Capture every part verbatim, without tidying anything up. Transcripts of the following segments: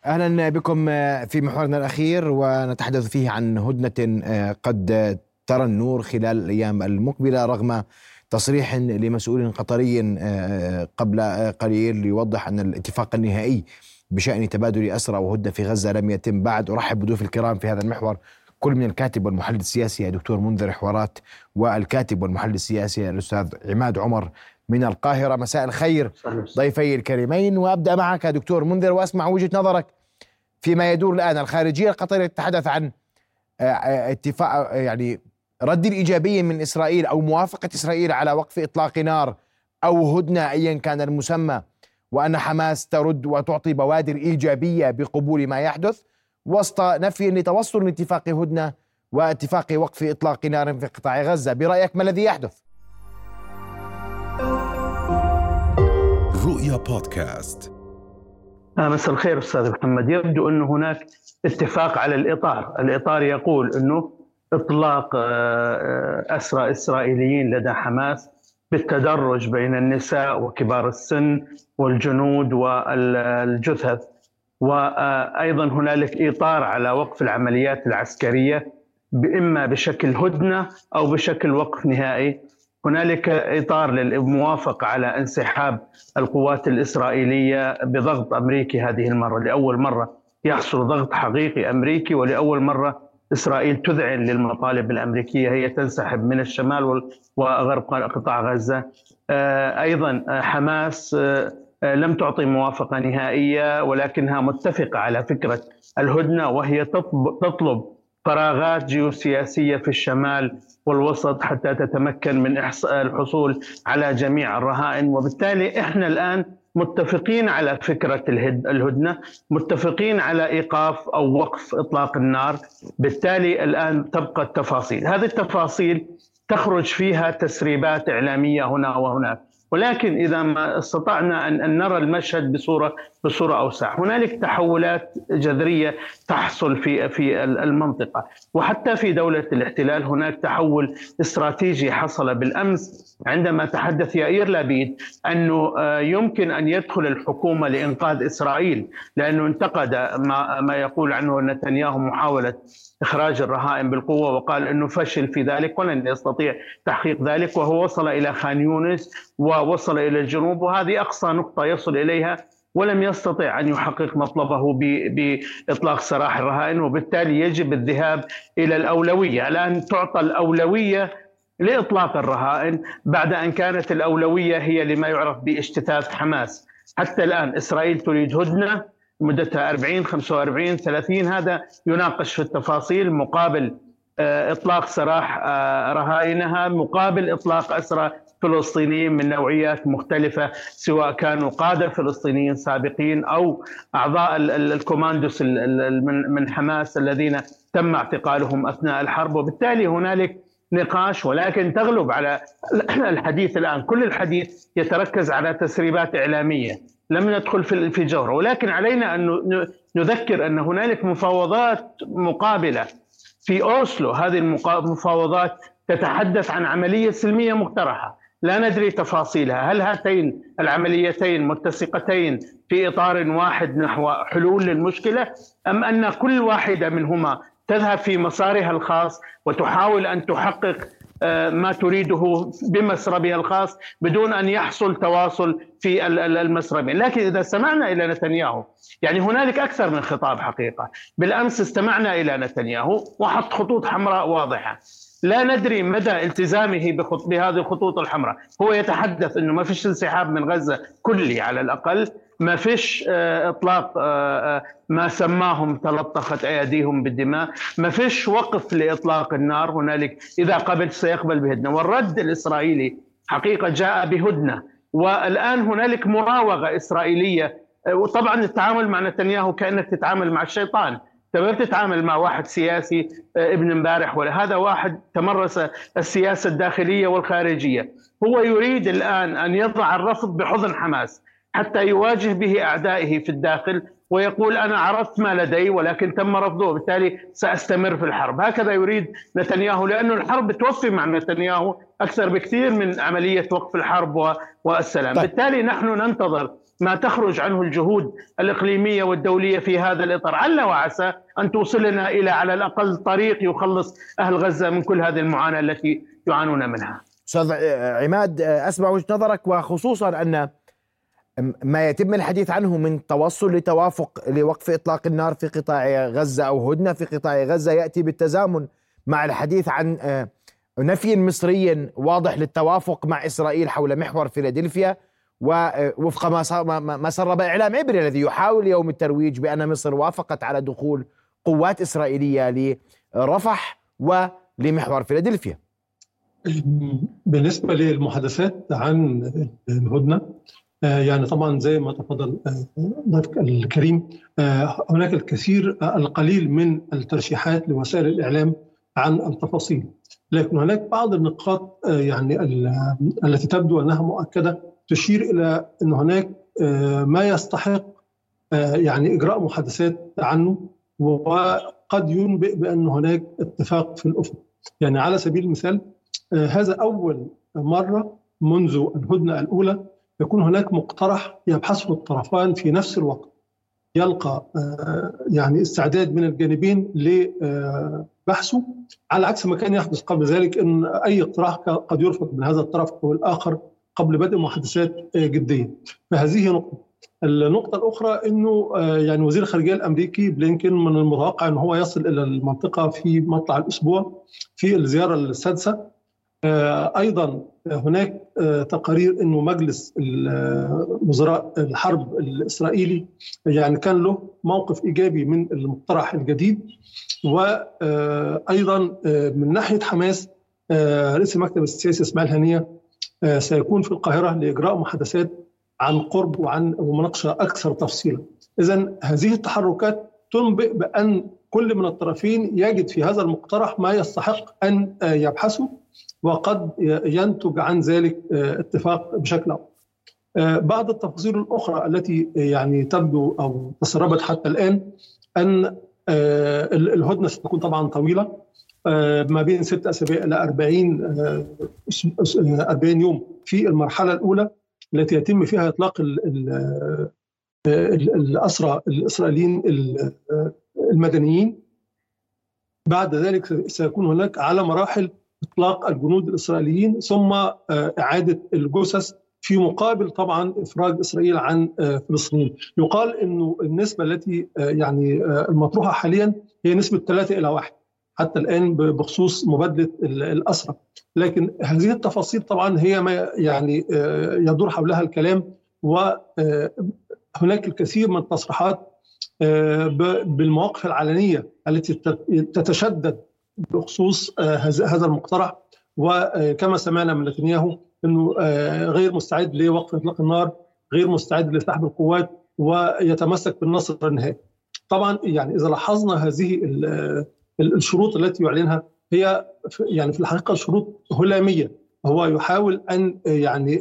أهلا بكم في محورنا الأخير، ونتحدث فيه عن هدنة قد ترى النور خلال الأيام المقبلة رغم تصريح لمسؤول قطري قبل قليل يوضح أن الاتفاق النهائي بشأن تبادل أسرى وهدنة في غزة لم يتم بعد. أرحب بضيوف الكرام في هذا المحور، كل من الكاتب والمحلل السياسي دكتور منذر حوارات، والكاتب والمحلل السياسي الأستاذ عماد عمر من القاهرة. مساء الخير ضيفي الكريمين، وأبدأ معك دكتور منذر وأسمع وجهة نظرك فيما يدور الآن. الخارجية القطرية تتحدث عن اتفاق، يعني رد إيجابي من إسرائيل أو موافقة إسرائيل على وقف إطلاق نار أو هدنة أيا كان المسمى، وأن حماس ترد وتعطي بوادر إيجابية بقبول ما يحدث وسط نفي لتوصل لاتفاق هدنة واتفاق وقف إطلاق نار في قطاع غزة. برأيك ما الذي يحدث؟ رؤيا بودكاست. مساء الخير أستاذ محمد. يبدو أن هناك اتفاق على الإطار. الإطار يقول أنه إطلاق أسرى إسرائيليين لدى حماس بالتدرج بين النساء وكبار السن والجنود والجثث، وأيضا هنالك إطار على وقف العمليات العسكرية إما بشكل هدنة أو بشكل وقف نهائي. هنالك إطار للموافقة على انسحاب القوات الإسرائيلية بضغط أمريكي. هذه المرة لأول مرة يحصل ضغط حقيقي أمريكي، ولأول مرة إسرائيل تذعن للمطالب الأمريكية، هي تنسحب من الشمال وغرب قطاع غزة. أيضا حماس لم تعطي موافقة نهائية، ولكنها متفقة على فكرة الهدنة، وهي تطلب فراغات جيوسياسية في الشمال والوسط حتى تتمكن من الحصول على جميع الرهائن. وبالتالي احنا الآن متفقين على فكرة الهدنة، متفقين على إيقاف أو وقف إطلاق النار. بالتالي الآن تبقى التفاصيل. هذه التفاصيل تخرج فيها تسريبات إعلامية هنا وهناك، ولكن إذا ما استطعنا أن نرى المشهد بصورة بصورة أوسع، هنالك تحولات جذرية تحصل في في المنطقة وحتى في دولة الاحتلال. هناك تحول استراتيجي حصل بالأمس عندما تحدث يائير لابيد أنه يمكن أن يدخل الحكومة لإنقاذ إسرائيل، لأنه انتقد ما ما يقول عنه نتنياهو محاولة إخراج الرهائن بالقوة، وقال أنه فشل في ذلك ولن يستطيع تحقيق ذلك، وهو وصل إلى خان يونس ووصل إلى الجنوب، وهذه أقصى نقطة يصل إليها، ولم يستطيع أن يحقق مطلبه بإطلاق سراح الرهائن. وبالتالي يجب الذهاب إلى الأولوية. الآن تعطى الأولوية لإطلاق الرهائن بعد أن كانت الأولوية هي لما يعرف باجتثاث حماس. حتى الآن إسرائيل تريد هدنة مدتها أربعين خمسة وأربعين ثلاثين، هذا يناقش في التفاصيل، مقابل إطلاق سراح رهائنها، مقابل إطلاق أسرى فلسطينيين من نوعيات مختلفة، سواء كانوا قادة فلسطينيين سابقين أو أعضاء الكوماندوس من حماس الذين تم اعتقالهم أثناء الحرب. وبالتالي هنالك نقاش، ولكن تغلب على الحديث الآن، كل الحديث يتركز على تسريبات إعلامية، لم ندخل في جوهر. ولكن علينا أن نذكر أن هنالك مفاوضات مقابلة في أوسلو. هذه المفاوضات تتحدث عن عملية سلمية مقترحة، لا ندري تفاصيلها. هل هاتين العمليتين متسقتين في إطار واحد نحو حلول للمشكلة، أم أن كل واحدة منهما تذهب في مسارها الخاص وتحاول أن تحقق ما تريده بمسربها الخاص بدون أن يحصل تواصل في المسربين؟ لكن إذا استمعنا إلى نتنياهو، يعني هنالك أكثر من خطاب حقيقة. بالأمس استمعنا إلى نتنياهو وحط خطوط حمراء واضحة، لا ندري مدى التزامه بهذه الخطوط الحمراء. هو يتحدث أنه ما فيش انسحاب من غزة كلي على الأقل، ما فيش إطلاق ما سماهم تلطخت أيديهم بالدماء، ما فيش وقف لإطلاق النار. هنالك إذا قبل سيقبل بهدنة، والرد الإسرائيلي حقيقة جاء بهدنة. والآن هنالك مراوغة إسرائيلية، وطبعا التعامل مع نتنياهو كأنك تتعامل مع الشيطان. تمام، تتعامل مع واحد سياسي ابن امبارح، ولا هذا واحد تمرس السياسة الداخلية والخارجية. هو يريد الآن أن يضع الرفض بحضن حماس حتى يواجه به أعدائه في الداخل ويقول أنا عرفت ما لدي ولكن تم رفضه، بالتالي سأستمر في الحرب. هكذا يريد نتنياهو، لأن الحرب توفي مع نتنياهو أكثر بكثير من عملية وقف الحرب والسلام. طيب. بالتالي نحن ننتظر ما تخرج عنه الجهود الإقليمية والدولية في هذا الإطار، عل وعسى أن توصلنا إلى على الأقل طريق يخلص أهل غزة من كل هذه المعاناة التي يعانون منها. أستاذ عماد، أسمع وجهة نظرك، وخصوصا أن ما يتم الحديث عنه من توصل لتوافق لوقف إطلاق النار في قطاع غزة أو هدنة في قطاع غزة يأتي بالتزامن مع الحديث عن نفي مصري واضح للتوافق مع إسرائيل حول محور فيلادلفيا، ووفق ما سرب إعلام عبري الذي يحاول اليوم الترويج بأن مصر وافقت على دخول قوات إسرائيلية لرفح ولمحور فيلادلفيا. بالنسبة للمحادثات عن الهدنة، يعني طبعا زي ما تفضل ضيفك الكريم، هناك الكثير القليل من الترشيحات لوسائل الإعلام عن التفاصيل، لكن هناك بعض النقاط يعني التي تبدو أنها مؤكدة تشير إلى أن هناك ما يستحق يعني إجراء محادثات عنه، وقد ينبئ بأن هناك اتفاق في الأفق. يعني على سبيل المثال، هذا أول مرة منذ الهدنة الأولى يكون هناك مقترح يبحثه الطرفان في نفس الوقت، يلقى يعني استعداد من الجانبين لبحثه، على عكس ما كان يحدث قبل ذلك، أن أي اقتراح قد يرفض من هذا الطرف أو الآخر قبل بدء محادثات جدية. فهذه نقطة. النقطة الأخرى أنه يعني وزير الخارجية الأمريكي بلينكن من المتوقع أنه هو يصل إلى المنطقة في مطلع الأسبوع في الزيارة السادسة. أيضا هناك تقارير أنه مجلس وزراء الحرب الإسرائيلي يعني كان له موقف إيجابي من المقترح الجديد. وأيضا من ناحية حماس، رئيس المكتب السياسي إسماعيل هنية سيكون في القاهرة لإجراء محادثات عن قرب وعن ومناقشة أكثر تفصيلا. إذن هذه التحركات تنبئ بأن كل من الطرفين يجد في هذا المقترح ما يستحق أن يبحثه، وقد ينتج عن ذلك اتفاق بشكل أفضل. بعض التفاصيل الأخرى التي يعني تبدو أو تسربت حتى الآن أن الهدنة ستكون طبعا طويلة، ما بين ست أسابيع إلى أربعين أربعين يوم في المرحلة الأولى التي يتم فيها إطلاق الأسرى الإسرائيليين المدنيين. بعد ذلك سيكون هناك على مراحل إطلاق الجنود الإسرائيليين، ثم إعادة الجثث في مقابل طبعا إفراج إسرائيل عن فلسطين. يقال إنه النسبة التي يعني المطروحة حاليا هي نسبة ثلاثة إلى واحد حتى الآن بخصوص مبادلة الأسرى، لكن هذه التفاصيل طبعا هي ما يعني يدور حولها الكلام، وهناك الكثير من التصريحات بالمواقف العلنية التي تتشدد بخصوص هذا المقترح. وكما سمعنا من نتنياهو أنه غير مستعد لوقف إطلاق النار، غير مستعد لسحب القوات، ويتمسك بالنصر النهائي. طبعا يعني إذا لاحظنا هذه الشروط التي يعلنها هي يعني في الحقيقة شروط هلامية. هو يحاول أن يعني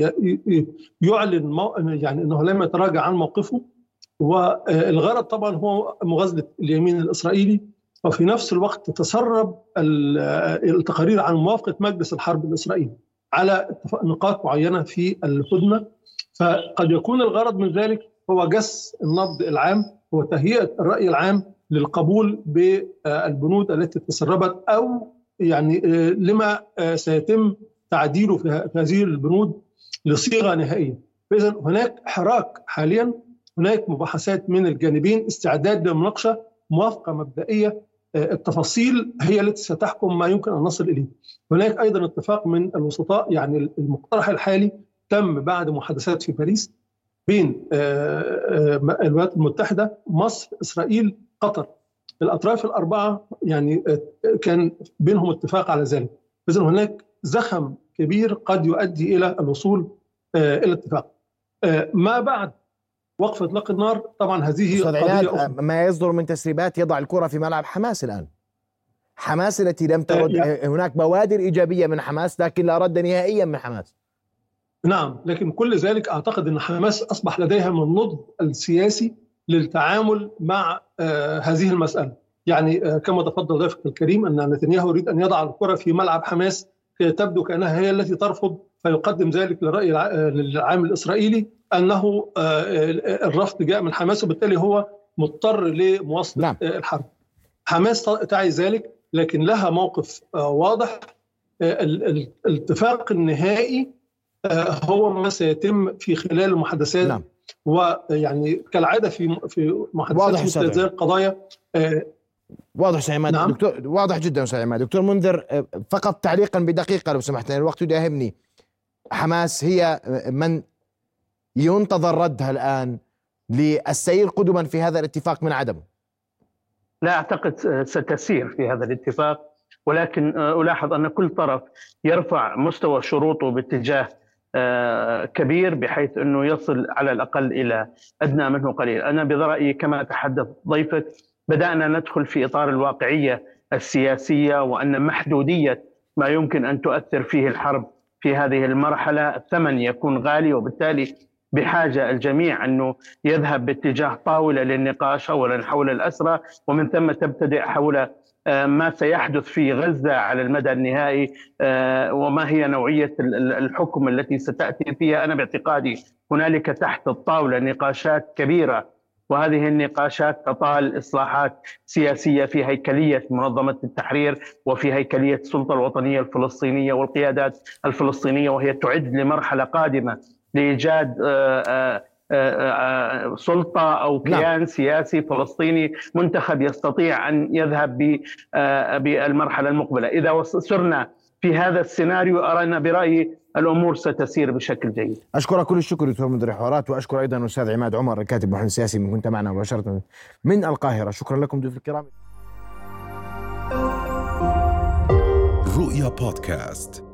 يعلن يعني أنه لم يتراجع عن موقفه، والغرض طبعا هو مغازلة اليمين الإسرائيلي. وفي نفس الوقت تتسرب التقارير عن موافقة مجلس الحرب الإسرائيلي على نقاط معينة في الهدنة، فقد يكون الغرض من ذلك هو جس النبض العام وتهيئة الرأي العام للقبول بالبنود التي تسربت، أو يعني لما سيتم تعديله في هذه البنود لصيغة نهائية. فإذا هناك حراك حاليا، هناك مباحثات من الجانبين، استعداد للمناقشة، موافقة مبدئية، التفاصيل هي التي ستحكم ما يمكن أن نصل إليه. هناك أيضا اتفاق من الوسطاء، يعني المقترح الحالي تم بعد محادثات في باريس بين الولايات المتحدة، مصر، إسرائيل، قطر. الأطراف الأربعة يعني كان بينهم اتفاق على ذلك. إذن هناك زخم كبير قد يؤدي إلى الوصول إلى اتفاق. ما بعد وقف إطلاق النار طبعا هذه قضية أخرى. ما يصدر من تسريبات يضع الكرة في ملعب حماس الآن. حماس التي لم ترد، يعني هناك بوادر إيجابية من حماس لكن لا رد نهائيا من حماس. نعم، لكن كل ذلك أعتقد أن حماس أصبح لديها من النضج السياسي للتعامل مع هذه المسألة. يعني كما تفضل ضيفك الكريم أن نتنياهو يريد أن يضع الكرة في ملعب حماس، تبدو كأنها هي التي ترفض، فيقدم ذلك للرأي للعام الإسرائيلي أنه الرفض جاء من حماس وبالتالي هو مضطر لمواصلة نعم. الحرب. حماس تعي ذلك، لكن لها موقف واضح. الاتفاق النهائي هو ما سيتم في خلال المحادثات نعم. ويعني كالعادة في في محادثات مثل هذه القضايا. واضح أستاذ عماد. نعم. دكتور واضح جدا أستاذ عماد. دكتور منذر، فقط تعليقا بدقيقة لو سمحت، الوقت يداهمني. حماس هي من ينتظر ردها الآن للسير قدما في هذا الاتفاق من عدمه؟ لا أعتقد ستسير في هذا الاتفاق، ولكن ألاحظ أن كل طرف يرفع مستوى شروطه باتجاه كبير بحيث أنه يصل على الأقل إلى أدنى منه قليل. أنا برأيي كما تحدث ضيفك بدأنا ندخل في إطار الواقعية السياسية، وأن محدودية ما يمكن أن تؤثر فيه الحرب في هذه المرحلة الثمن يكون غالي، وبالتالي بحاجة الجميع أنه يذهب باتجاه طاولة للنقاش أولا حول الأسرى، ومن ثم تبتدئ حول ما سيحدث في غزة على المدى النهائي، وما هي نوعية الحكم التي ستأتي فيها. أنا باعتقادي هنالك تحت الطاولة نقاشات كبيرة، وهذه النقاشات تطال إصلاحات سياسية في هيكلية منظمة التحرير وفي هيكلية السلطة الوطنية الفلسطينية والقيادات الفلسطينية، وهي تعد لمرحلة قادمة لإيجاد سلطة أو كيان سياسي فلسطيني منتخب يستطيع أن يذهب بالمرحلة المقبلة. إذا سرنا في هذا السيناريو أرانا برأيي الأمور ستسير بشكل جيد. أشكرك كل الشكر دكتور منذر حوارات، وأشكر أيضا أستاذ عماد عمر كاتب محلل سياسي من كنت معنا مباشرة من القاهرة. شكرا لكم ضيوف الكرام. رؤيا بودكاست.